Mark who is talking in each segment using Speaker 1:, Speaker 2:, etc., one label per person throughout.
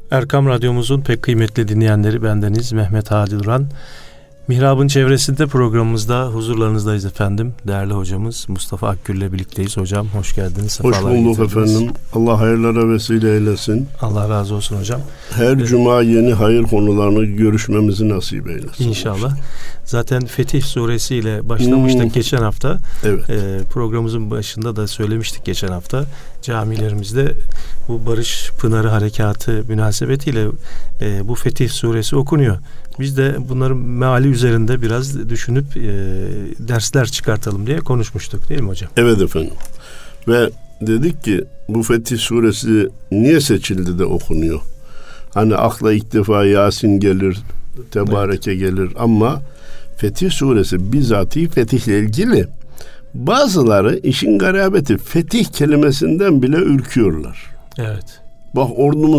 Speaker 1: Erkam Radyomuzun pek kıymetli dinleyenleri, bendeniz Mehmet Hadi Duran. Mihrab'ın çevresinde programımızda huzurlarınızdayız efendim. Değerli hocamız Mustafa Akgül ile birlikteyiz. Hocam hoş geldiniz.
Speaker 2: Hoş bulduk efendim. Allah hayırlara vesile eylesin.
Speaker 1: Allah razı olsun hocam.
Speaker 2: Her cuma yeni hayır konularını görüşmemizi nasip eylesin.
Speaker 1: İnşallah. Zaten Fetih Suresi ile başlamıştık geçen hafta.
Speaker 2: Evet.
Speaker 1: Programımızın başında da söylemiştik geçen hafta. Camilerimizde bu Barış Pınarı Harekatı münasebetiyle bu Fetih Suresi okunuyor. Biz de bunların meali üzerinde biraz düşünüp dersler çıkartalım diye konuşmuştuk, değil mi hocam?
Speaker 2: Evet efendim. Ve dedik ki bu Fetih Suresi niye seçildi de okunuyor? Hani akla ilk defa Yasin gelir, Tebareke gelir ama Fetih Suresi bizatihi fetihle ilgili. Bazıları işin garabeti fetih kelimesinden bile ürküyorlar.
Speaker 1: Evet.
Speaker 2: Bak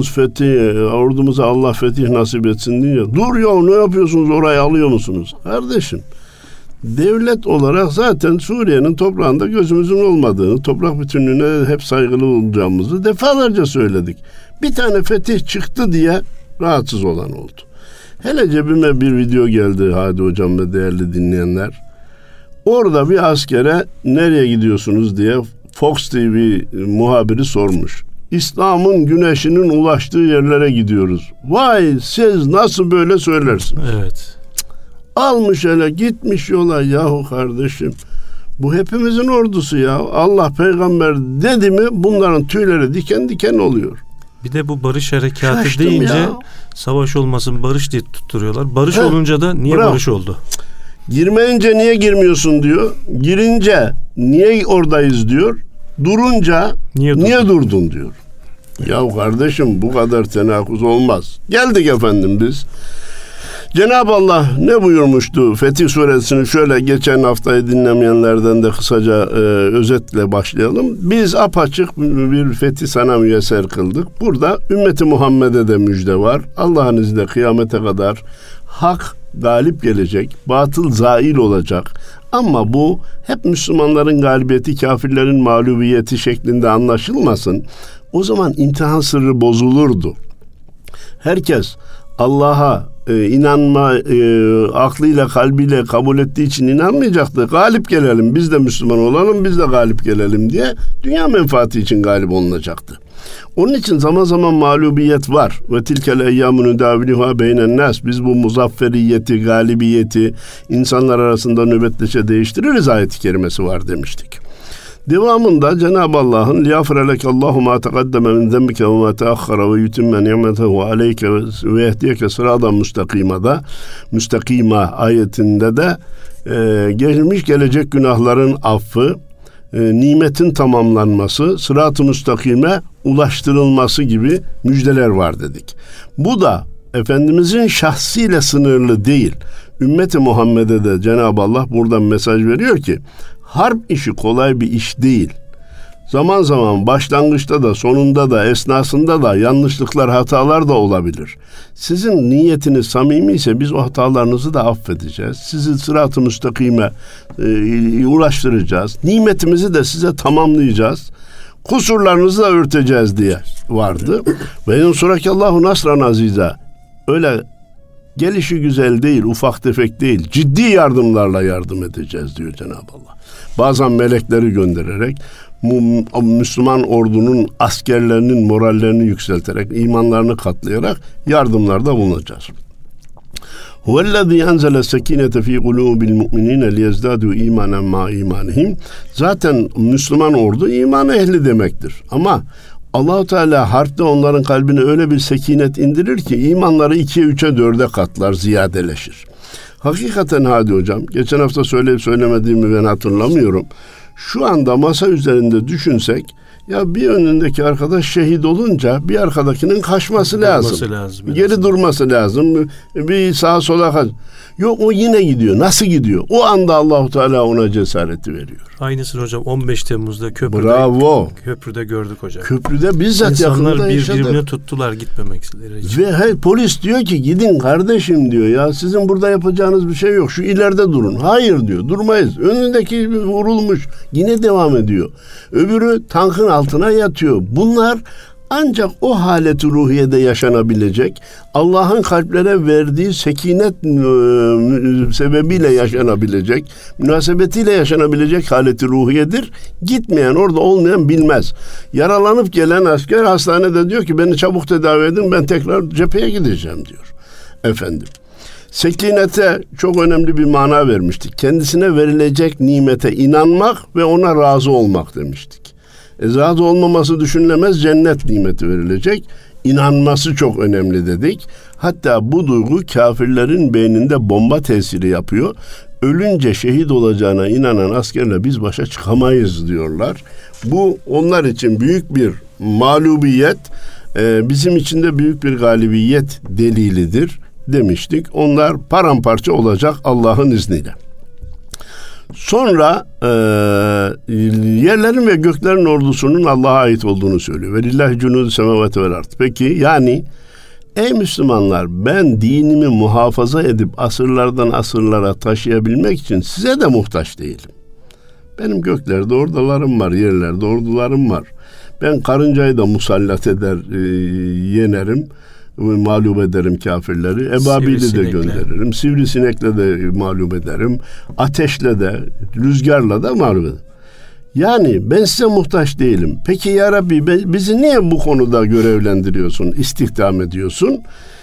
Speaker 2: ordumuza Allah fetih nasip etsin diye. Dur ya, ne yapıyorsunuz, orayı alıyor musunuz? Kardeşim, devlet olarak zaten Suriye'nin toprağında gözümüzün olmadığını, toprak bütünlüğüne hep saygılı olacağımızı defalarca söyledik. Bir tane fetih çıktı diye rahatsız olan oldu. Hele cebime bir video geldi Hadi hocam ve değerli dinleyenler. Orada bir askere nereye gidiyorsunuz diye Fox TV muhabiri sormuş. İslam'ın güneşinin ulaştığı yerlere gidiyoruz. Vay, siz nasıl böyle söylersin?
Speaker 1: Evet.
Speaker 2: Almış hele gitmiş yola. Yahu kardeşim, bu hepimizin ordusu ya. Allah peygamber dedi mi bunların tüyleri diken diken oluyor.
Speaker 1: Bir de bu barış harekatı
Speaker 2: Şaştım
Speaker 1: deyince
Speaker 2: ya.
Speaker 1: Savaş olmasın barış diye tutturuyorlar. Barış
Speaker 2: He,
Speaker 1: olunca da niye
Speaker 2: bravo.
Speaker 1: barış oldu?
Speaker 2: Girmeyince niye girmiyorsun diyor. Girince niye oradayız diyor. Durunca niye durdun diyor. Ya kardeşim, bu kadar tenakuz olmaz. Geldik efendim biz. Cenab-ı Allah ne buyurmuştu? Fetih Suresini şöyle geçen haftayı dinlemeyenlerden de kısaca özetle başlayalım. Biz apaçık bir fetih sana müyesser kıldık. Burada ümmeti Muhammed'e de müjde var. Allah'ın izniyle kıyamete kadar hak galip gelecek, batıl zail olacak. Ama bu hep Müslümanların galibiyeti, kafirlerin mağlubiyeti şeklinde anlaşılmasın. O zaman imtihan sırrı bozulurdu. Herkes Allah'a inanma aklıyla kalbiyle kabul ettiği için inanmayacaktı. Galip gelelim, biz de Müslüman olalım, biz de galip gelelim diye dünya menfaati için galip olunacaktı. Onun için zaman zaman mağlubiyet var. Ve tilkel eyyamun nudaviluha beynen nas. Biz bu muzafferiyeti, galibiyeti insanlar arasında nöbetleşe değiştiririz ayet-i kerimesi var demiştik. Devamında Cenab-ı Allah'ın liyafrelekallahu ma taqaddeme min zembike ve ma teakhara ve yutimme ni'metehu aleyke ve yehdiyeke sıradan müstakima ayetinde de gelmiş gelecek günahların affı, nimetin tamamlanması, sırat-ı müstakime ulaştırılması gibi müjdeler var dedik. Bu da Efendimizin şahsiyle sınırlı değil. Ümmeti Muhammed'e de Cenab-ı Allah buradan mesaj veriyor ki harp işi kolay bir iş değil. Zaman zaman başlangıçta da sonunda da esnasında da yanlışlıklar, hatalar da olabilir. Sizin niyetiniz samimi ise biz o hatalarınızı da affedeceğiz. Sizi sırat-ı müstakime ulaştıracağız. Nimetimizi de size tamamlayacağız. Kusurlarınızı da örteceğiz diye vardı. Ve yensurakallahu nasran aziza. Öyle gelişi güzel değil, ufak tefek değil, ciddi yardımlarla yardım edeceğiz diyor Cenab-ı Allah. Bazen melekleri göndererek Müslüman ordunun askerlerinin morallerini yükselterek, imanlarını katlayarak yardımlarda bulunacağız. Huvellezî enzele sekinete fî kulûbil mu'minîne liyezdâdû îmânen mâ îmânihim. Zaten Müslüman ordu iman ehli demektir. Ama Allah-u Teala harpte onların kalbine öyle bir sekinet indirir ki imanları 2'ye 3'e 4'e katlar, ziyadeleşir. Hakikaten Hadi hocam, geçen hafta söyleyip söylemediğimi ben hatırlamıyorum. Şu anda masa üzerinde düşünsek, ya bir önündeki arkadaş şehit olunca bir arkadakinin kaçması lazım. Geri durması lazım. Bir sağa sola kaç. Yok, o yine gidiyor. Nasıl gidiyor? O anda Allah-u Teala ona cesareti veriyor.
Speaker 1: Aynısını hocam 15 Temmuz'da köprüde,
Speaker 2: bravo,
Speaker 1: köprüde gördük hocam.
Speaker 2: Köprüde bizzat
Speaker 1: İnsanlar
Speaker 2: yakında yaşadık.
Speaker 1: İnsanlar birbirini tuttular gitmemek için.
Speaker 2: Ve polis diyor ki gidin kardeşim diyor, ya sizin burada yapacağınız bir şey yok. Şu ileride durun. Hayır diyor, durmayız. Önündeki vurulmuş. Yine devam ediyor. Öbürü tankın altına yatıyor. Bunlar Ancak o halet-i ruhiyede yaşanabilecek, Allah'ın kalplere verdiği sekinet sebebiyle yaşanabilecek, münasebetiyle yaşanabilecek halet-i ruhiyedir. Gitmeyen, orada olmayan bilmez. Yaralanıp gelen asker hastanede diyor ki beni çabuk tedavi edin, ben tekrar cepheye gideceğim diyor. Efendim. Sekinete çok önemli bir mana vermiştik. Kendisine verilecek nimete inanmak ve ona razı olmak demiştik. Razı olmaması düşünülemez, cennet nimeti verilecek. İnanması çok önemli dedik. Hatta bu duygu kafirlerin beyninde bomba tesiri yapıyor. Ölünce şehit olacağına inanan askerle biz başa çıkamayız diyorlar. Bu onlar için büyük bir mağlubiyet, bizim için de büyük bir galibiyet delilidir demiştik. Onlar paramparça olacak Allah'ın izniyle. Sonra yerlerin ve göklerin ordusunun Allah'a ait olduğunu söylüyor. Ve lillahi cunûdü semâvâti vel ard. Peki yani ey Müslümanlar, ben dinimi muhafaza edip asırlardan asırlara taşıyabilmek için size de muhtaç değilim. Benim göklerde ordularım var, yerlerde ordularım var. Ben karıncayı da musallat eder, yenerim, mağlup ederim kafirleri. Ebabil'i de gönderirim. Sivrisinekle de mağlup ederim. Ateşle de, rüzgarla da mağlup ederim. Yani ben size muhtaç değilim. Peki ya Rabbi, bizi niye bu konuda görevlendiriyorsun, istihdam ediyorsun?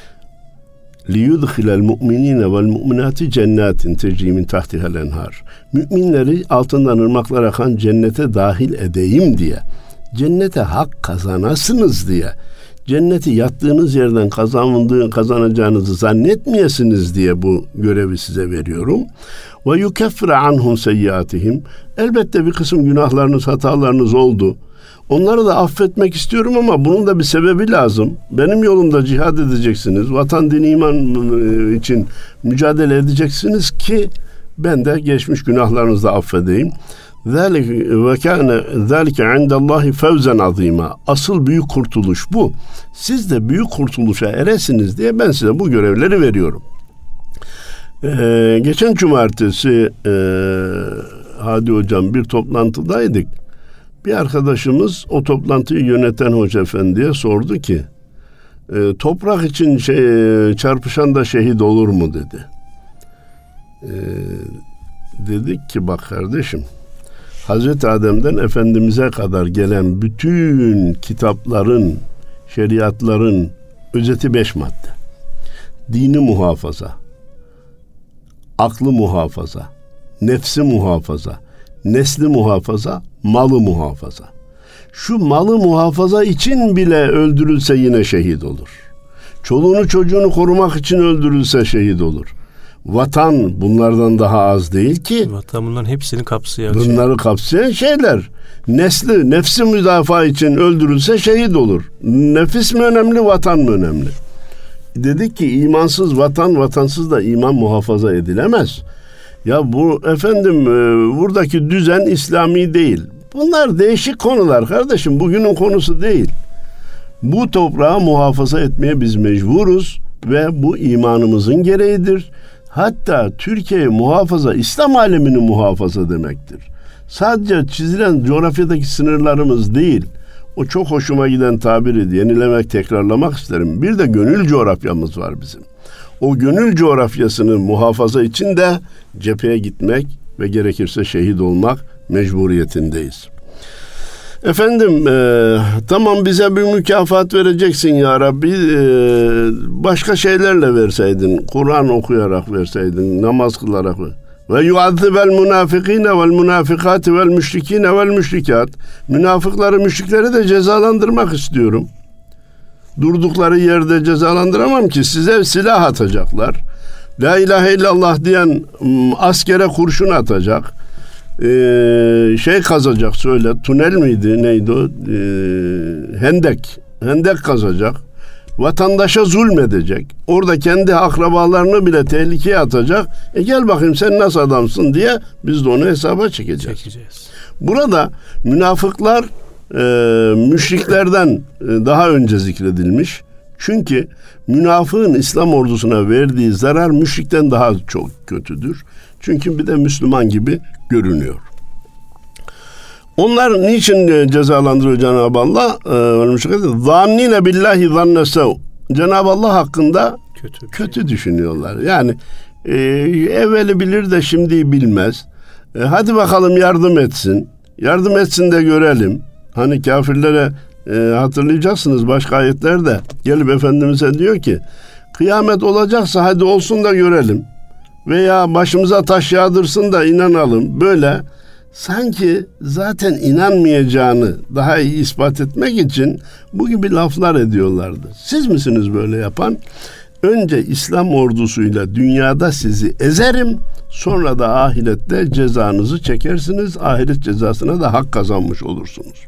Speaker 2: لِيُدْخِلَ الْمُؤْمِنِينَ وَالْمُؤْمِنَاتِ جَنَّاتٍ تَجْرِي مِنْ تَحْتِهَا الْاَنْهَارِ Müminleri altından ırmaklar akan cennete dahil edeyim diye, cennete hak kazanasınız diye, cenneti yattığınız yerden kazanacağınızı zannetmeyesiniz diye bu görevi size veriyorum. Ve yukeffire anhum seyyiatihim. Elbette bir kısım günahlarınız, hatalarınız oldu. Onları da affetmek istiyorum ama bunun da bir sebebi lazım. Benim yolumda cihad edeceksiniz. Vatan, din, iman için mücadele edeceksiniz ki ben de geçmiş günahlarınızı da affedeyim. Ve kâne zâlike indallâhi fevzen azîmâ. Asıl büyük kurtuluş bu. Siz de büyük kurtuluşa eresiniz diye ben size bu görevleri veriyorum. Geçen cumartesi Hadi Hocam bir toplantıdaydık. Bir arkadaşımız o toplantıyı yöneten hoca efendiye sordu ki toprak için çarpışan da şehit olur mu dedi. Dedik ki bak kardeşim, Hazreti Adem'den Efendimiz'e kadar gelen bütün kitapların, şeriatların özeti 5 madde. Dini muhafaza, aklı muhafaza, nefsi muhafaza, nesli muhafaza, malı muhafaza. Şu malı muhafaza için bile öldürülse yine şehit olur. Çoluğunu çocuğunu korumak için öldürülse şehit olur. Vatan bunlardan daha az değil ki.
Speaker 1: Vatan bunların hepsini kapsayan
Speaker 2: bunları kapsayan şeyler. Nefsi müdafaa için öldürülse şehit olur. Nefis mi önemli, vatan mı önemli? Dedik ki imansız vatan, vatansız da iman muhafaza edilemez. Ya bu efendim buradaki düzen İslami değil. Bunlar değişik konular kardeşim. Bugünün konusu değil. Bu toprağı muhafaza etmeye biz mecburuz ve bu imanımızın gereğidir. Hatta Türkiye'yi muhafaza, İslam alemini muhafaza demektir. Sadece çizilen coğrafyadaki sınırlarımız değil. O çok hoşuma giden tabiri yenilemek, tekrarlamak isterim. Bir de gönül coğrafyamız var bizim. O gönül coğrafyasını muhafaza için de cepheye gitmek ve gerekirse şehit olmak mecburiyetindeyiz. Efendim tamam bize bir mükafat vereceksin ya Rabbi, başka şeylerle verseydin, Kur'an okuyarak verseydin, namaz kılarak ve yuazzibel munafikine vel munafikati vel müşrikine vel müşrikat. Münafıkları, müşrikleri de cezalandırmak istiyorum. Durdukları yerde cezalandıramam ki, size silah atacaklar. La ilahe illallah diyen askere kurşun atacak. Kazacak, söyle, tünel miydi neydi o, hendek kazacak, vatandaşa zulmedecek, orada kendi akrabalarını bile tehlikeye atacak. Gel bakayım sen nasıl adamsın diye biz de onu hesaba çekeceğiz. Burada münafıklar müşriklerden daha önce zikredilmiş. Çünkü münafığın İslam ordusuna verdiği zarar müşrikten daha çok kötüdür. Çünkü bir de Müslüman gibi görünüyor. Onlar niçin cezalandırıyor Cenab-ı Allah? Zannine billahi zannesev. Cenab-ı Allah hakkında kötü düşünüyorlar. Yani evveli bilir de şimdi bilmez. Hadi bakalım yardım etsin. Yardım etsin de görelim. Hani kafirlere hatırlayacaksınız başka ayetlerde gelip Efendimiz'e diyor ki kıyamet olacaksa hadi olsun da görelim. Veya başımıza taş yağdırsın da inanalım. Böyle sanki zaten inanmayacağını daha iyi ispat etmek için bu gibi laflar ediyorlardı. Siz misiniz böyle yapan? Önce İslam ordusuyla dünyada sizi ezerim, sonra da ahirette cezanızı çekersiniz. Ahiret cezasına da hak kazanmış olursunuz.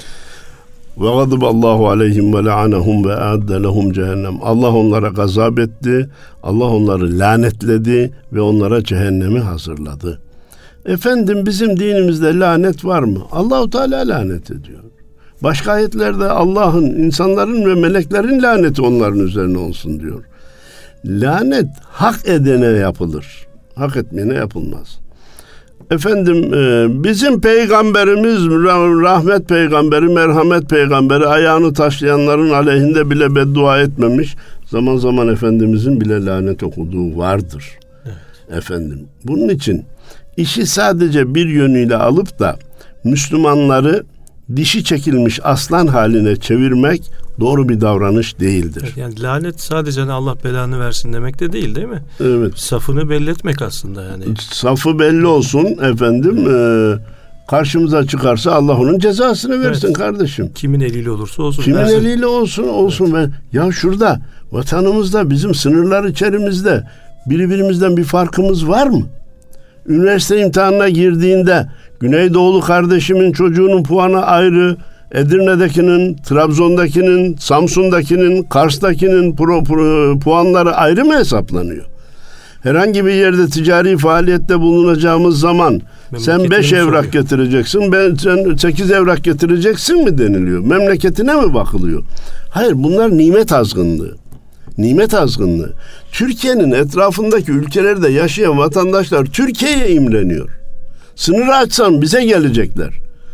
Speaker 2: Ve gadaballahu aleyhim ve la'anahum ve a'adde lehum cehennem. Allah onlara gazap etti, Allah onları lanetledi ve onlara cehennemi hazırladı. Efendim bizim dinimizde lanet var mı? Allahu Teala lanet ediyor. Başka ayetlerde Allah'ın, insanların ve meleklerin laneti onların üzerine olsun diyor. Lanet hak edene yapılır. Hak etmeyene yapılmaz. Efendim bizim peygamberimiz rahmet peygamberi, merhamet peygamberi ayağını taşlayanların aleyhinde bile beddua etmemiş. Zaman zaman Efendimizin bile lanet okuduğu vardır. Evet. Efendim bunun için işi sadece bir yönüyle alıp da Müslümanları dişi çekilmiş aslan haline çevirmek doğru bir davranış değildir.
Speaker 1: Evet, yani lanet sadece Allah belanı versin demek de değil mi?
Speaker 2: Evet.
Speaker 1: Safını belli etmek aslında yani. Safı
Speaker 2: belli olsun efendim. Karşımıza çıkarsa Allah onun cezasını versin kardeşim.
Speaker 1: Kimin eliyle olursa olsun.
Speaker 2: Kimin eliyle olsun. Evet. Ya şurada vatanımızda bizim sınırlar içerimizde birbirimizden bir farkımız var mı? Üniversite imtihanına girdiğinde Güneydoğulu kardeşimin çocuğunun puanı ayrı, Edirne'dekinin, Trabzon'dakinin, Samsun'dakinin, Kars'takinin puanları ayrı mı hesaplanıyor? Herhangi bir yerde ticari faaliyette bulunacağımız zaman sen 5 evrak getireceksin, sen 8 evrak getireceksin mi deniliyor? Memleketine mi bakılıyor? Hayır, bunlar nimet azgınlığı. Nimet azgınlığı. Türkiye'nin etrafındaki ülkelerde yaşayan vatandaşlar Türkiye'ye imreniyor. Sınırı açsam bize gelecekler.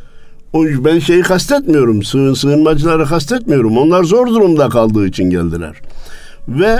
Speaker 2: Ben şeyi kastetmiyorum, sığınmacıları kastetmiyorum. Onlar zor durumda kaldığı için geldiler. Ve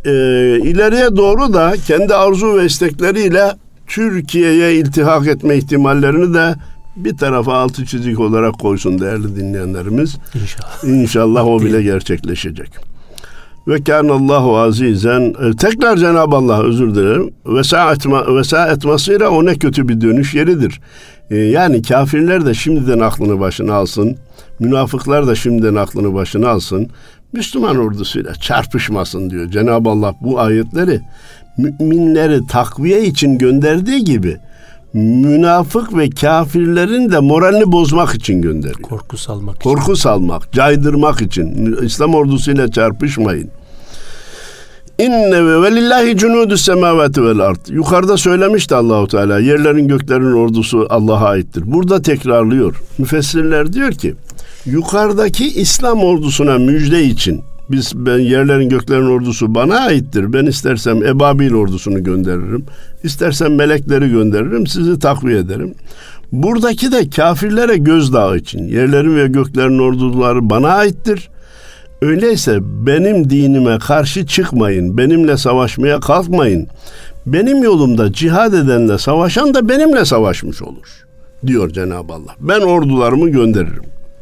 Speaker 2: ileriye doğru da kendi arzu ve istekleriyle Türkiye'ye iltihak etme ihtimallerini de bir tarafa altı çizik olarak koysun değerli dinleyenlerimiz. İnşallah o bile gerçekleşecek. Ve kânallâhu azîzen. Tekrar Cenab-ı Allah özür dilerim. Ve sâet masîre, o ne kötü bir dönüş yeridir. Yani kafirler de şimdiden aklını başına alsın. Münafıklar da şimdiden aklını başına alsın. Müslüman ordusuyla çarpışmasın diyor. Cenab-ı Allah bu ayetleri müminleri takviye için gönderdiği gibi münafık ve kafirlerin de moralini bozmak için gönderiyor. Korku salmak, caydırmak için. İslam ordusuyla çarpışmayın. İnne ve lillahi cunudus semavati vel ard. Yukarıda söylemişti Allahu Teala, yerlerin göklerin ordusu Allah'a aittir. Burada tekrarlıyor. Müfessirler diyor ki, yukarıdaki İslam ordusuna müjde için ben yerlerin göklerin ordusu bana aittir. Ben istersem Ebabil ordusunu gönderirim. İstersem melekleri gönderirim. Sizi takviye ederim. Buradaki de kafirlere gözdağı için yerlerin ve göklerin orduları bana aittir. Öyleyse benim dinime karşı çıkmayın. Benimle savaşmaya kalkmayın. Benim yolumda cihad edenle savaşan da benimle savaşmış olur diyor Cenab-ı Allah. Ben ordularımı gönderirim.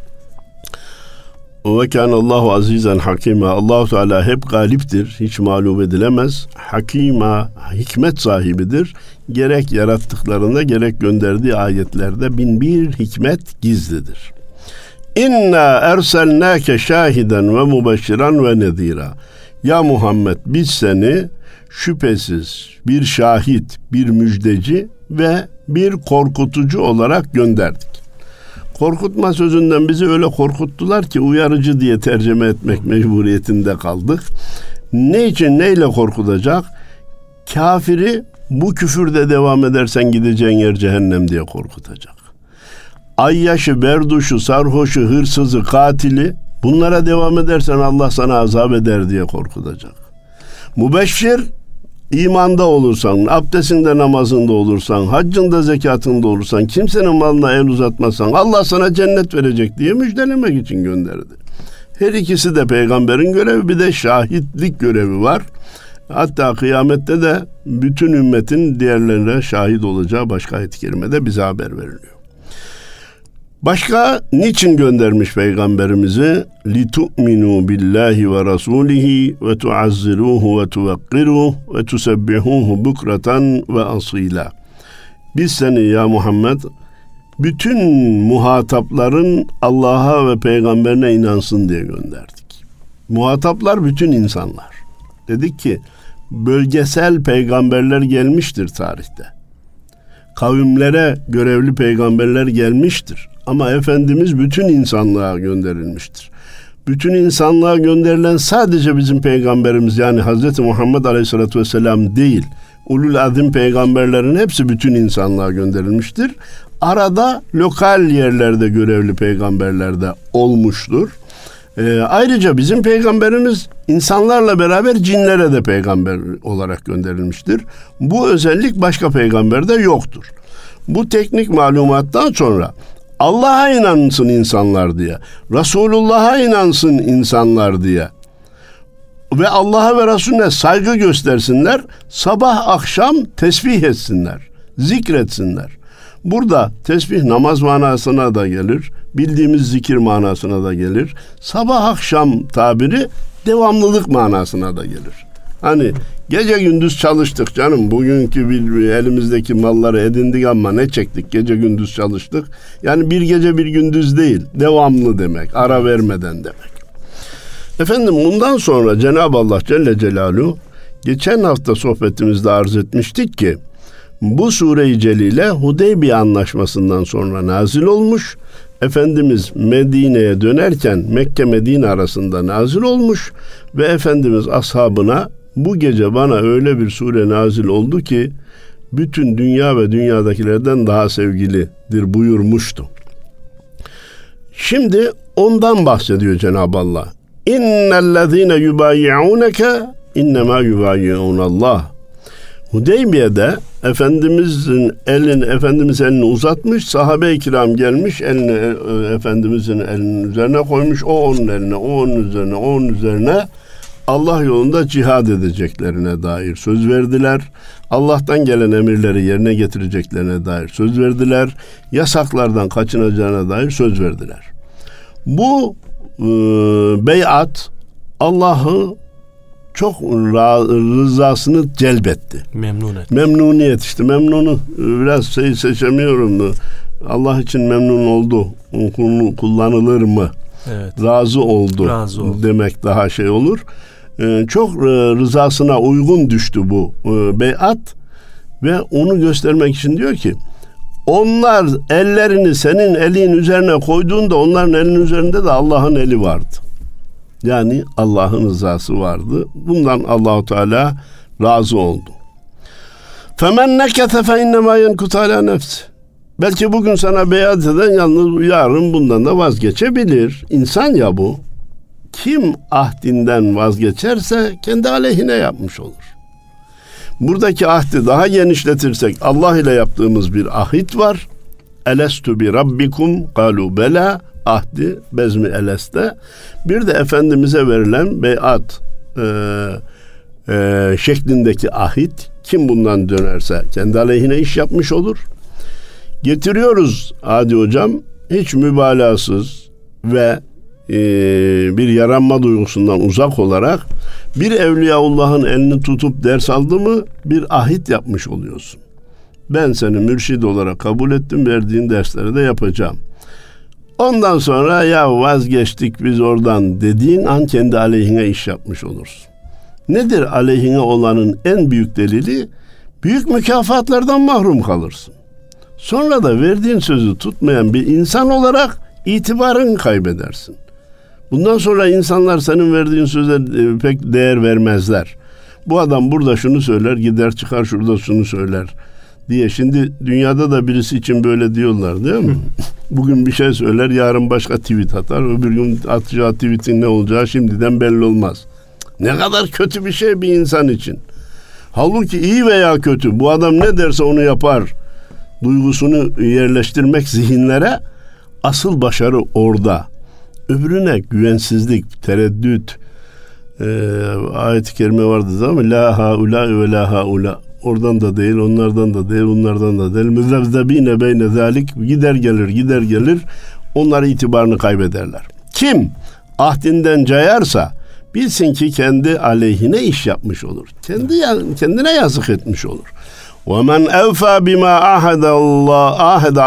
Speaker 2: Ve kânallâhu azîzen hakîmâ. Allah-u Teala hep galiptir, hiç mağlup edilemez. Hakîmâ, hikmet sahibidir. Gerek yarattıklarında gerek gönderdiği ayetlerde bin bir hikmet gizlidir. İnna erselnâke şahiden ve mubeşşiran ve nezîrâ. Ya Muhammed, biz seni şüphesiz bir şahit, bir müjdeci ve bir korkutucu olarak gönderdik. Korkutma sözünden bizi öyle korkuttular ki uyarıcı diye tercüme etmek mecburiyetinde kaldık. Ne için, neyle korkutacak? Kafiri bu küfürde devam edersen gideceğin yer cehennem diye korkutacak. Ayyaşı, berduşu, sarhoşu, hırsızı, katili, bunlara devam edersen Allah sana azap eder diye korkutacak. Mübeşşir, imanda olursan, abdestinde, namazında olursan, haccında, zekatında olursan, kimsenin malına el uzatmazsan Allah sana cennet verecek diye müjdelemek için gönderdi. Her ikisi de peygamberin görevi, bir de şahitlik görevi var. Hatta kıyamette de bütün ümmetin diğerlerine şahit olacağı başka ayet-i kerimede bize haber veriliyor. Başka niçin göndermiş peygamberimizi? لِتُؤْمِنُوا بِاللّٰهِ وَرَسُولِهِ وَتُعَزِّرُوهُ وَتُوَقِّرُوهُ وَتُسَبِّحُوهُ بُكْرَةً وَأَصِيلًا. Biz seni ya Muhammed bütün muhatapların Allah'a ve peygamberine inansın diye gönderdik. Muhataplar bütün insanlar. Dedik ki bölgesel peygamberler gelmiştir tarihte. Kavimlere görevli peygamberler gelmiştir. Ama Efendimiz bütün insanlığa gönderilmiştir. Bütün insanlığa gönderilen sadece bizim peygamberimiz, yani Hz. Muhammed Aleyhisselatü Vesselam değil. Ulul azim peygamberlerin hepsi bütün insanlığa gönderilmiştir. Arada lokal yerlerde görevli peygamberler de olmuştur. Ayrıca bizim peygamberimiz insanlarla beraber cinlere de peygamber olarak gönderilmiştir. Bu özellik başka peygamberde yoktur. Bu teknik malumattan sonra Allah'a inansın insanlar diye, Resulullah'a inansın insanlar diye ve Allah'a ve Resulüne saygı göstersinler, sabah akşam tesbih etsinler, zikretsinler. Burada tesbih namaz manasına da gelir, bildiğimiz zikir manasına da gelir. Sabah akşam tabiri devamlılık manasına da gelir. Hani gece gündüz çalıştık canım, bugünkü bir elimizdeki malları edindik ama ne çektik, gece gündüz çalıştık. Yani bir gece bir gündüz değil, devamlı demek, ara vermeden demek. Efendim bundan sonra Cenab-ı Allah Celle Celaluhu geçen hafta sohbetimizde arz etmiştik ki bu Sure-i Celile Hudeybiye Anlaşması'ndan sonra nazil olmuş. Efendimiz Medine'ye dönerken Mekke-Medine arasında nazil olmuş ve Efendimiz ashabına bu gece bana öyle bir sure nazil oldu ki bütün dünya ve dünyadakilerden daha sevgilidir buyurmuştu. Şimdi ondan bahsediyor Cenab-ı Allah. İnnellezîne yubâyi'ûneke innemâ yubâyi'ûnallâh. Hudeybiye'de Efendimiz elini uzatmış, sahabe-i kiram gelmiş, elini Efendimizin elinin üzerine koymuş, o onun eline, o onun üzerine, o onun üzerine Allah yolunda cihad edeceklerine dair söz verdiler. Allah'tan gelen emirleri yerine getireceklerine dair söz verdiler. Yasaklardan kaçınacağına dair söz verdiler. Bu beyat Allah'ı çok rızasını celbetti. Memnuniyet işte. Memnunu biraz seçemiyorum. Allah için memnun oldu. Kullanılır mı? Evet. Razı oldu demek daha şey olur. Çok rızasına uygun düştü bu beyat ve onu göstermek için diyor ki onlar ellerini senin elin üzerine koyduğunda onların elinin üzerinde de Allah'ın eli vardı. Yani Allah'ın rızası vardı. Bundan Allahu Teala razı oldu. Femen nekete fe innema yenkutu ala nefsi. Belki bugün sana beyat eden yalnız yarın bundan da vazgeçebilir. İnsan ya bu. Kim ahdinden vazgeçerse kendi aleyhine yapmış olur. Buradaki ahdi daha genişletirsek Allah ile yaptığımız bir ahit var. Elestu bi rabbikum kalu bela. Ahdi bezmi eleste. Bir de Efendimiz'e verilen beyat şeklindeki ahit. Kim bundan dönerse kendi aleyhine iş yapmış olur. Getiriyoruz Adi Hocam, hiç mübalağasız ve bir yaranma duygusundan uzak olarak bir Evliyaullah'ın elini tutup ders aldı mı bir ahit yapmış oluyorsun. Ben seni mürşid olarak kabul ettim, verdiğin dersleri de yapacağım. Ondan sonra ya vazgeçtik biz oradan dediğin an kendi aleyhine iş yapmış olursun. Nedir aleyhine olanın en büyük delili? Büyük mükafatlardan mahrum kalırsın. Sonra da verdiğin sözü tutmayan bir insan olarak itibarını kaybedersin. Bundan sonra insanlar senin verdiğin söze pek değer vermezler. Bu adam burada şunu söyler, gider çıkar şurada şunu söyler diye. Şimdi dünyada da birisi için böyle diyorlar değil mi? Bugün bir şey söyler, yarın başka tweet atar. Öbür gün atacağı tweetin ne olacağı şimdiden belli olmaz. Ne kadar kötü bir şey bir insan için. Halbuki iyi veya kötü, bu adam ne derse onu yapar duygusunu yerleştirmek zihinlere, asıl başarı orada. Öbürüne güvensizlik, tereddüt, ayet-i kerime vardı değil mi? La haula ve la haula. Oradan da değil, onlardan da değil, bunlardan da değil. Müzevzebine beyne zalik. Gider gelir. Onlar itibarını kaybederler. Kim ahdinden cayarsa bilsin ki kendi aleyhine iş yapmış olur. Kendine yazık etmiş olur. وَمَنْ اَوْفَى بِمَا ahede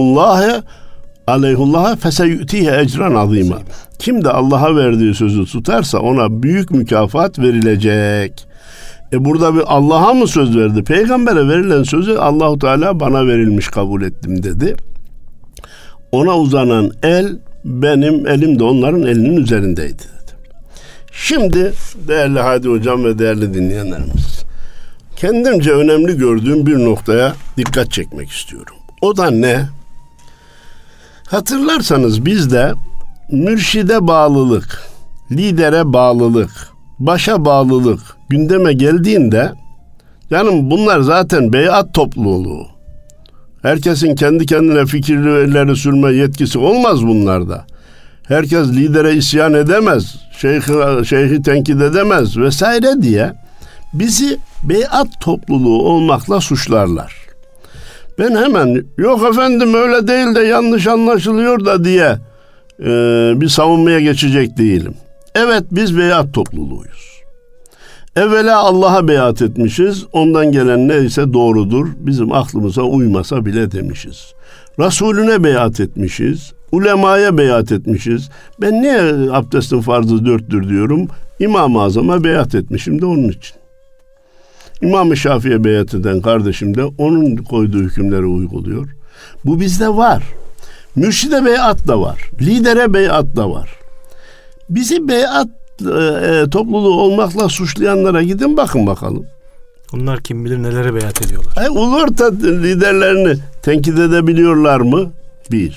Speaker 2: aleyhullâhe feseyü'tihe ecran azîmâ. Kim de Allah'a verdiği sözü tutarsa ona büyük mükafat verilecek. Burada bir Allah'a mı söz verdi? Peygambere verilen sözü Allahu Teala bana verilmiş kabul ettim dedi. Ona uzanan el benim elim de onların elinin üzerindeydi dedi. Şimdi değerli Hadi Hocam ve değerli dinleyenlerimiz, kendimce önemli gördüğüm bir noktaya dikkat çekmek istiyorum. O da ne? Hatırlarsanız bizde mürşide bağlılık, lidere bağlılık, başa bağlılık gündeme geldiğinde, yani bunlar zaten beyat topluluğu. Herkesin kendi kendine fikirleri sürme yetkisi olmaz bunlarda. Herkes lidere isyan edemez, şeyhi tenkit edemez vesaire diye bizi beyat topluluğu olmakla suçlarlar. Ben hemen yok efendim öyle değil de yanlış anlaşılıyor da diye bir savunmaya geçecek değilim. Evet, biz beyat topluluğuyuz. Evvela Allah'a beyat etmişiz. Ondan gelen neyse doğrudur. Bizim aklımıza uymasa bile demişiz. Resulüne beyat etmişiz. Ulemaya beyat etmişiz. Ben niye abdestin farzı 4'tür diyorum? İmam-ı Azam'a beyat etmişim de onun için. İmam-ı Şafii'ye beyat eden kardeşim de onun koyduğu hükümleri uyguluyor. Bu bizde var. Mürşide beyat da var. Lidere beyat da var. Bizi beyat topluluğu olmakla suçlayanlara gidin bakın bakalım.
Speaker 1: Onlar kim bilir nelere beyat ediyorlar.
Speaker 2: Ulu orta liderlerini tenkit edebiliyorlar mı? Bir.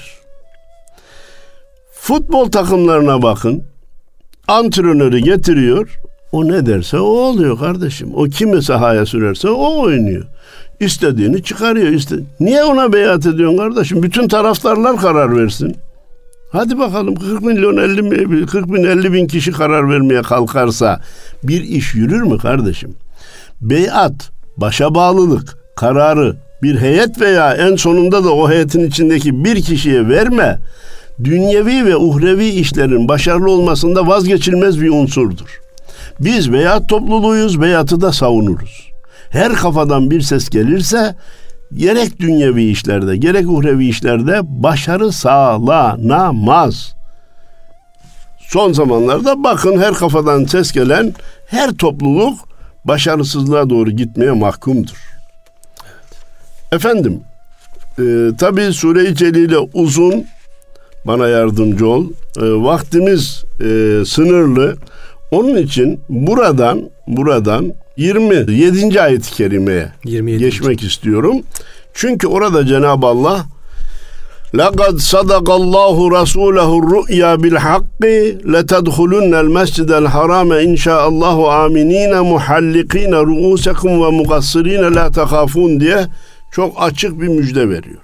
Speaker 2: Futbol takımlarına bakın. Antrenörü getiriyor. O ne derse o oluyor kardeşim. O kimi sahaya sürerse o oynuyor. İstediğini çıkarıyor. Niye ona beyat ediyorsun kardeşim? Bütün taraftarlar karar versin. Hadi bakalım 40 bin 50 bin kişi karar vermeye kalkarsa bir iş yürür mü kardeşim? Beyat, başa bağlılık, kararı bir heyet veya en sonunda da o heyetin içindeki bir kişiye verme, dünyevi ve uhrevi işlerin başarılı olmasında vazgeçilmez bir unsurdur. Biz beyat topluluğuyuz, beyatı da savunuruz. Her kafadan bir ses gelirse gerek dünyevi işlerde, gerek uhrevi işlerde başarı sağlanamaz. Son zamanlarda bakın her kafadan ses gelen her topluluk başarısızlığa doğru gitmeye mahkumdur. Efendim, tabii Sure-i Celile uzun, bana yardımcı ol. Vaktimiz sınırlı. Onun için buradan 27. ayet-i kerimeye geçmek istiyorum. Çünkü orada Cenab-ı Allah لَقَدْ صَدَقَ اللّٰهُ رَسُولَهُ الرُّؤْيَا بِالْحَقِّ لَتَدْخُلُنَّ الْمَسْجِدَ الْحَرَامَ اِنْ شَاءَ اللّٰهُ آمِنِينَ مُحَلِّقِينَ رُؤُوسَكُمْ وَمُقَصِّرِينَ لَا تَخَافُونَ diye çok açık bir müjde veriyor.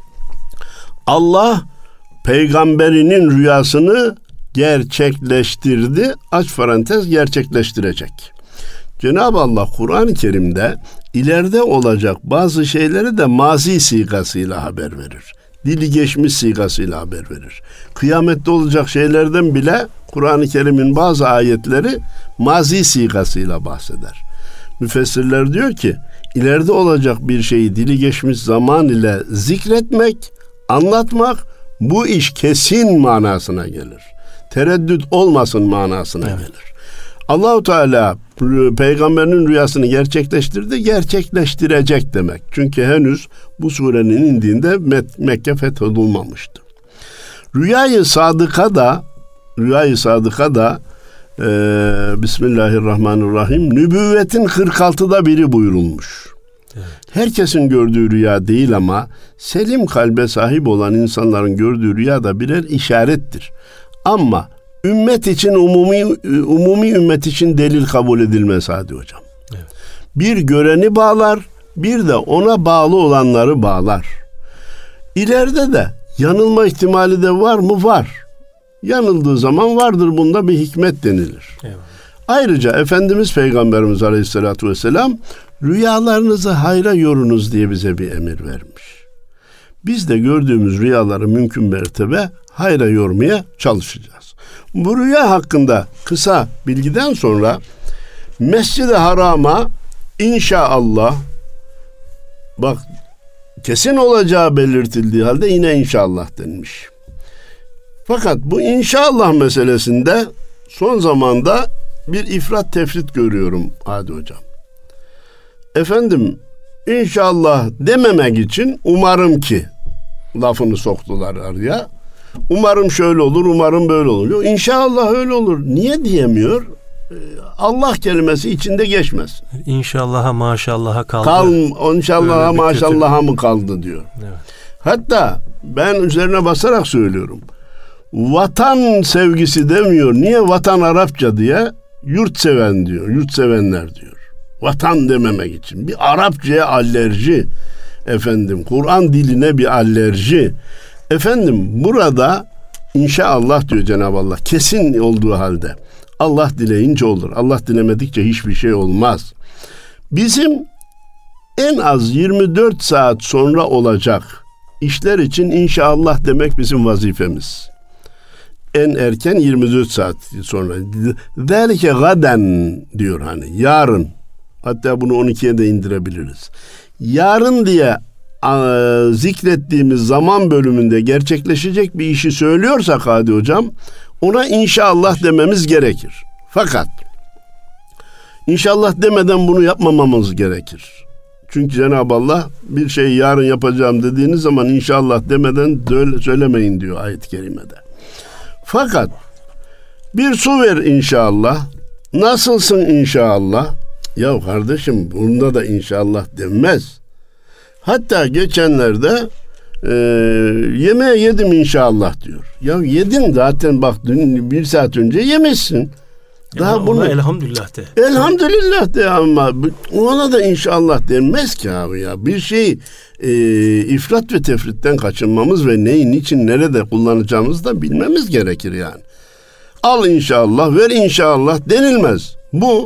Speaker 2: Allah peygamberinin rüyasını gerçekleştirdi. Aç parantez, gerçekleştirecek. Cenab-ı Allah Kur'an-ı Kerim'de ileride olacak bazı şeyleri de mazi sigasıyla haber verir. Dili geçmiş sigasıyla haber verir. Kıyamette olacak şeylerden bile Kur'an-ı Kerim'in bazı ayetleri mazi sigasıyla bahseder. Müfessirler diyor ki, ileride olacak bir şeyi dili geçmiş zaman ile zikretmek, anlatmak, bu iş kesin manasına gelir. Tereddüt olmasın manasına gelir. Allah-u Teala peygamberinin rüyasını gerçekleştirdi, gerçekleştirecek demek. Çünkü henüz bu surenin indiğinde Mekke fethedilmemişti. Rüya-i sadıka da Bismillahirrahmanirrahim, nübüvvetin 46'da biri buyurulmuş. Evet. Herkesin gördüğü rüya değil ama selim kalbe sahip olan insanların gördüğü rüya da birer işarettir. Ama ümmet için umumi ümmet için delil kabul edilmez Hadi Hocam. Evet. Bir göreni bağlar, bir de ona bağlı olanları bağlar. İleride de yanılma ihtimali de var mı? Var. Yanıldığı zaman vardır bunda bir hikmet denilir. Evet. Ayrıca Efendimiz Peygamberimiz Aleyhisselatü Vesselam rüyalarınızı hayra yorunuz diye bize bir emir vermiş. Biz de gördüğümüz rüyaları mümkün mertebe hayra yormaya çalışacağız. Bu rüya hakkında kısa bilgiden sonra Mescid-i Haram'a inşallah, bak kesin olacağı belirtildiği halde yine inşallah denmiş. Fakat bu inşallah meselesinde son zamanda bir ifrat tefrit görüyorum Hadi Hocam. Efendim inşallah dememek için umarım ki lafını soktular araya. Umarım şöyle olur, umarım böyle olur. Yok, İnşallah öyle olur. Niye diyemiyor? Allah kelimesi içinde geçmez.
Speaker 1: İnşallaha maşallaha kaldı.
Speaker 2: İnşallaha maşallaha mı kaldı diyor. Evet. Hatta ben üzerine basarak söylüyorum. Vatan sevgisi demiyor. Niye vatan Arapça diye? Yurt seven diyor. Yurt sevenler diyor. Vatan dememek için. Bir Arapçaya alerji. Efendim Kur'an diline bir alerji. Efendim burada inşallah diyor Cenab-ı Allah. Kesin olduğu halde. Allah dileyince olur. Allah dilemedikçe hiçbir şey olmaz. Bizim en az 24 saat sonra olacak işler için inşallah demek bizim vazifemiz. En erken 24 saat sonra. Zelike gaden diyor hani yarın. Hatta bunu 12'ye de indirebiliriz. Yarın diye zikrettiğimiz zaman bölümünde gerçekleşecek bir işi söylüyorsak Hadi Hocam, ona inşallah dememiz gerekir. Fakat inşallah demeden bunu yapmamamız gerekir. Çünkü Cenab-ı Allah bir şeyi yarın yapacağım dediğiniz zaman inşallah demeden söylemeyin diyor ayet-i kerimede. Fakat bir su ver inşallah. Nasılsın inşallah? Ya kardeşim bunda da inşallah denmez. Hatta geçenlerde yemeğe yedim inşallah diyor. Ya yedin zaten bak dün 1 saat önce yemişsin.
Speaker 1: Daha bunu elhamdülillah de.
Speaker 2: Elhamdülillah de ama ona da inşallah denmez ki abi ya. Bir şey ifrat ve tefritten kaçınmamız ve neyi, niçin, nerede kullanacağımızı da bilmemiz gerekir yani. Al inşallah, ver inşallah denilmez. Bu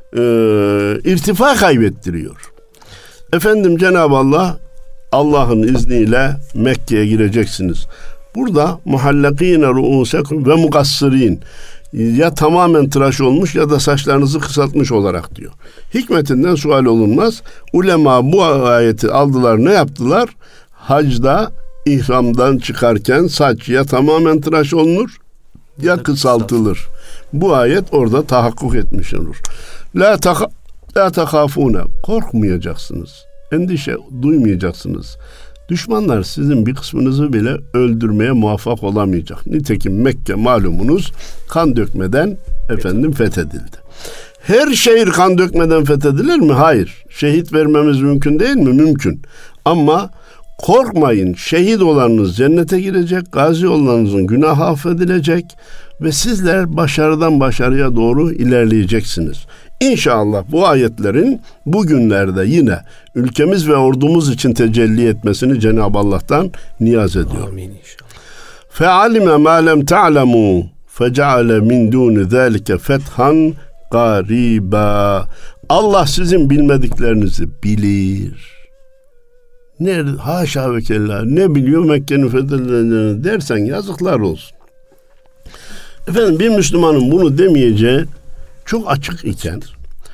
Speaker 2: irtifa kaybettiriyor. Efendim Cenab-ı Allah Allah'ın izniyle Mekke'ye gireceksiniz. Burada muhallakîne ru'ûsekum ve mukassirîn, ya tamamen tıraş olmuş ya da saçlarınızı kısaltmış olarak diyor. Hikmetinden sual olunmaz. Ulema bu ayeti aldılar, ne yaptılar? Hacda ihramdan çıkarken saç ya tamamen tıraş olunur ya kısaltılır. Bu ayet orada tahakkuk etmiş olur. La tahafune, korkmayacaksınız. Endişe duymayacaksınız. Düşmanlar sizin bir kısmınızı bile öldürmeye muvaffak olamayacak. Nitekim Mekke malumunuz kan dökmeden fethedildi. Her şehir kan dökmeden fethedilir mi? Hayır. Şehit vermemiz mümkün değil mi? Mümkün. Ama korkmayın, şehit olanınız cennete girecek, gazi olanınızın günahı affedilecek ve sizler başarıdan başarıya doğru ilerleyeceksiniz. İnşallah bu ayetlerin bugünlerde yine ülkemiz ve ordumuz için tecelli etmesini Cenab-ı Allah'tan niyaz ediyor.
Speaker 1: Amin inşallah.
Speaker 2: Fe'alime ma lem ta'lemu feceale min duni zâlike fethan gariba. Allah sizin bilmediklerinizi bilir. Nerede? Haşa ve kella. Ne biliyor Mekke'nin fethedileceğini dersen yazıklar olsun. Efendim bir Müslümanın bunu demeyeceği çok açık iken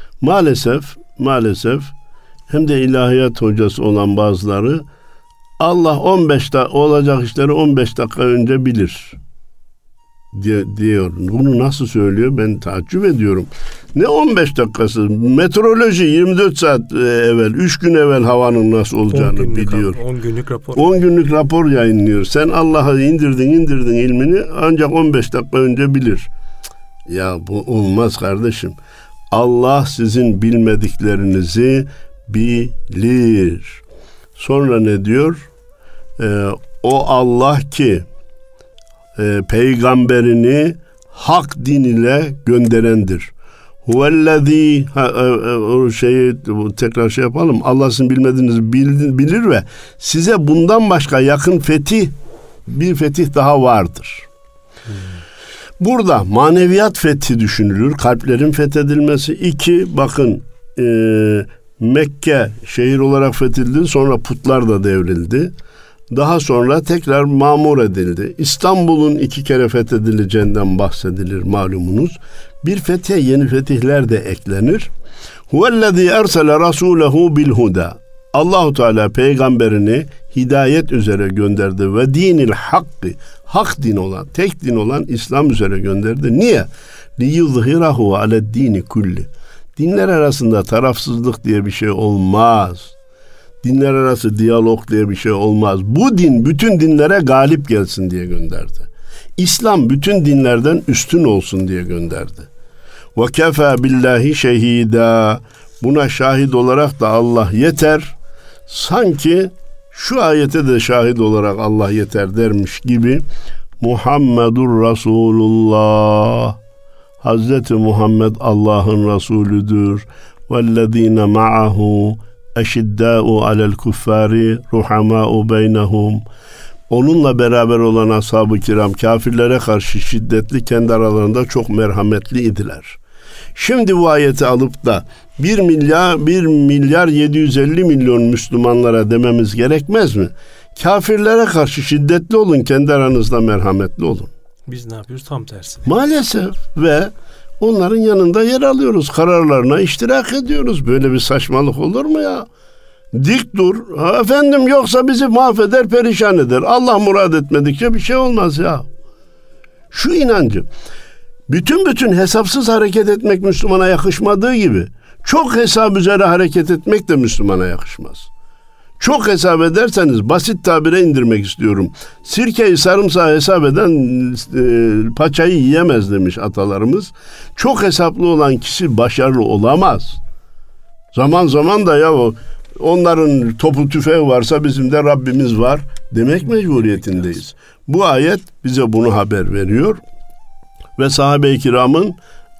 Speaker 2: maalesef hem de ilahiyat hocası olan bazıları Allah 15 olacak işleri 15 dakika önce bilir diyor. Bunu nasıl söylüyor? Ben taaccüp ediyorum. Ne 15 dakikası? Meteoroloji 24 saat evvel, 3 gün evvel havanın nasıl olacağını biliyor.
Speaker 1: 10 günlük rapor.
Speaker 2: 10 günlük rapor yayınlıyor. Sen Allah'a indirdin ilmini ancak 15 dakika önce bilir. Ya bu olmaz kardeşim. Allah sizin bilmediklerinizi bilir. Sonra ne diyor? O Allah ki peygamberini hak din ile gönderendir. Huvellezî o şeyi tekrar şey yapalım. Allah sizin bilmediğinizi bilir ve size bundan başka yakın bir fetih daha vardır. Burada maneviyat fethi düşünülür. Kalplerin fethedilmesi. 2, bakın Mekke şehir olarak fethedildi. Sonra putlar da devrildi. Daha sonra tekrar mamur edildi. İstanbul'un 2 kere fethedileceğinden bahsedilir malumunuz. Bir fethe yeni fetihler de eklenir. Huvellezî ersele rasûlehu bil huda. Allahu Teala peygamberini hidayet üzere gönderdi ve dinil hakkı, hak din olan, tek din olan İslam üzere gönderdi. Niye? Liyuzhirahu ale'd-dini kulli. Dinler arasında tarafsızlık diye bir şey olmaz. Dinler arası diyalog diye bir şey olmaz. Bu din bütün dinlere galip gelsin diye gönderdi. İslam bütün dinlerden üstün olsun diye gönderdi. Ve kefâ billahi şehîdâ. Buna şahit olarak da Allah yeter. Sanki şu ayete de şahit olarak Allah yeter dermiş gibi Muhammedur Resulullah. Hazreti Muhammed Allah'ın Resulüdür. Vellezîne ma'ahu eşiddâ'u alel kuffâri ruhamâ'u beynehum. Onunla beraber olan ashab-ı kiram kafirlere karşı şiddetli, kendi aralarında çok merhametli idiler. Şimdi bu ayeti alıp da 1 milyar 750 milyon Müslümanlara dememiz gerekmez mi? Kafirlere karşı şiddetli olun, kendi aranızda merhametli olun.
Speaker 1: Biz ne yapıyoruz? Tam tersi.
Speaker 2: Maalesef ve onların yanında yer alıyoruz. Kararlarına iştirak ediyoruz. Böyle bir saçmalık olur mu ya? Dik dur. Efendim yoksa bizi mahveder, perişan eder. Allah murad etmedikçe bir şey olmaz ya. Şu inancı. Bütün hesapsız hareket etmek Müslümana yakışmadığı gibi çok hesap üzere hareket etmek de Müslümana yakışmaz. Çok hesap ederseniz, basit tabire indirmek istiyorum. Sirkeyi sarımsağı hesap eden paçayı yiyemez demiş atalarımız. Çok hesaplı olan kişi başarılı olamaz. Zaman zaman da ya onların topu tüfeği varsa bizim de Rabbimiz var demek mecburiyetindeyiz. Bu ayet bize bunu haber veriyor. Ve sahabe-i kiramın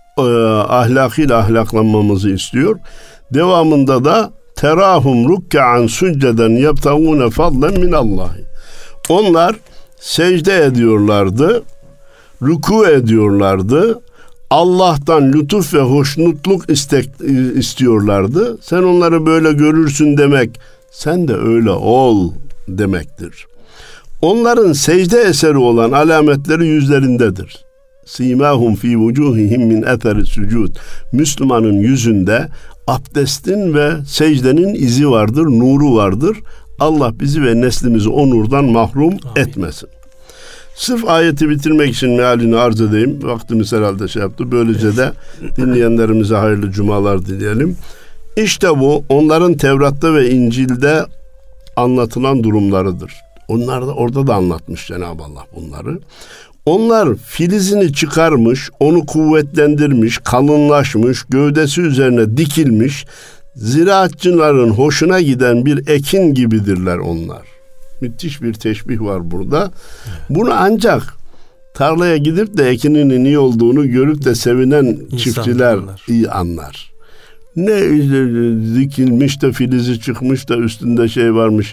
Speaker 2: ahlakıyla ahlaklanmamızı istiyor. Devamında da terahum rukkan succeden yebtagune fadlen minallahi. Onlar secde ediyorlardı, ruku ediyorlardı. Allah'tan lütuf ve hoşnutluk istiyorlardı. Sen onları böyle görürsün demek, sen de öyle ol demektir. Onların secde eseri olan alametleri yüzlerindedir. Simahum fi vucuhihim min eteri sucud. Müslümanın yüzünde abdestin ve secdenin izi vardır, nuru vardır. Allah bizi ve neslimizi o nurdan mahrum etmesin. Sırf ayeti bitirmek için mealini arz edeyim. Vaktimiz herhalde şey yaptı. Böylece de dinleyenlerimize hayırlı cumalar dileyelim. İşte bu onların Tevrat'ta ve İncil'de anlatılan durumlarıdır. Onlar da orada da anlatmış Cenab-ı Allah bunları. Onlar filizini çıkarmış, onu kuvvetlendirmiş, kalınlaşmış, gövdesi üzerine dikilmiş, ziraatçıların hoşuna giden bir ekin gibidirler onlar. Müthiş bir teşbih var burada. Bunu ancak tarlaya gidip de ekininin iyi olduğunu görüp de sevinen çiftçiler iyi anlar. Ne dikilmiş de filizi çıkmış da üstünde şey varmış,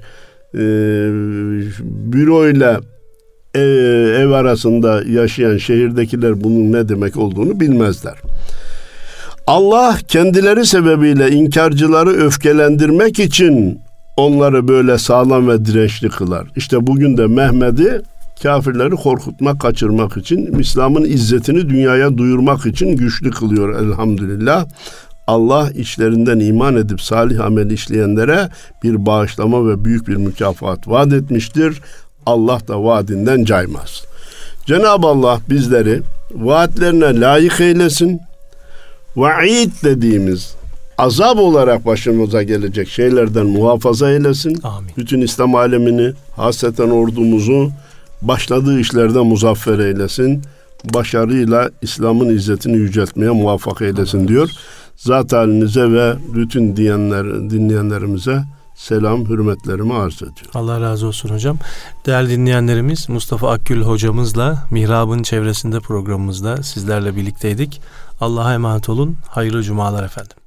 Speaker 2: büroyla ev arasında yaşayan şehirdekiler bunun ne demek olduğunu bilmezler. Allah kendileri sebebiyle inkarcıları öfkelendirmek için onları böyle sağlam ve dirençli kılar. İşte bugün de Mehmet'i kafirleri korkutmak, kaçırmak için, İslam'ın izzetini dünyaya duyurmak için güçlü kılıyor elhamdülillah. Allah içlerinden iman edip salih amel işleyenlere bir bağışlama ve büyük bir mükafat vaat etmiştir. Allah da vaadinden caymaz. Cenab-ı Allah bizleri vaatlerine layık eylesin. Vaid dediğimiz azap olarak başımıza gelecek şeylerden muhafaza eylesin. Amin. Bütün İslam alemini, hasreten ordumuzu başladığı işlerde muzaffer eylesin. Başarıyla İslam'ın izzetini yüceltmeye muvaffak eylesin. Amin. Diyor. Zat halinize ve bütün dinleyenlerimize selam, hürmetlerimi arz ediyorum.
Speaker 1: Allah razı olsun hocam. Değerli dinleyenlerimiz, Mustafa Akgül hocamızla Mihrab'ın çevresinde programımızda sizlerle birlikteydik. Allah'a emanet olun. Hayırlı cumalar efendim.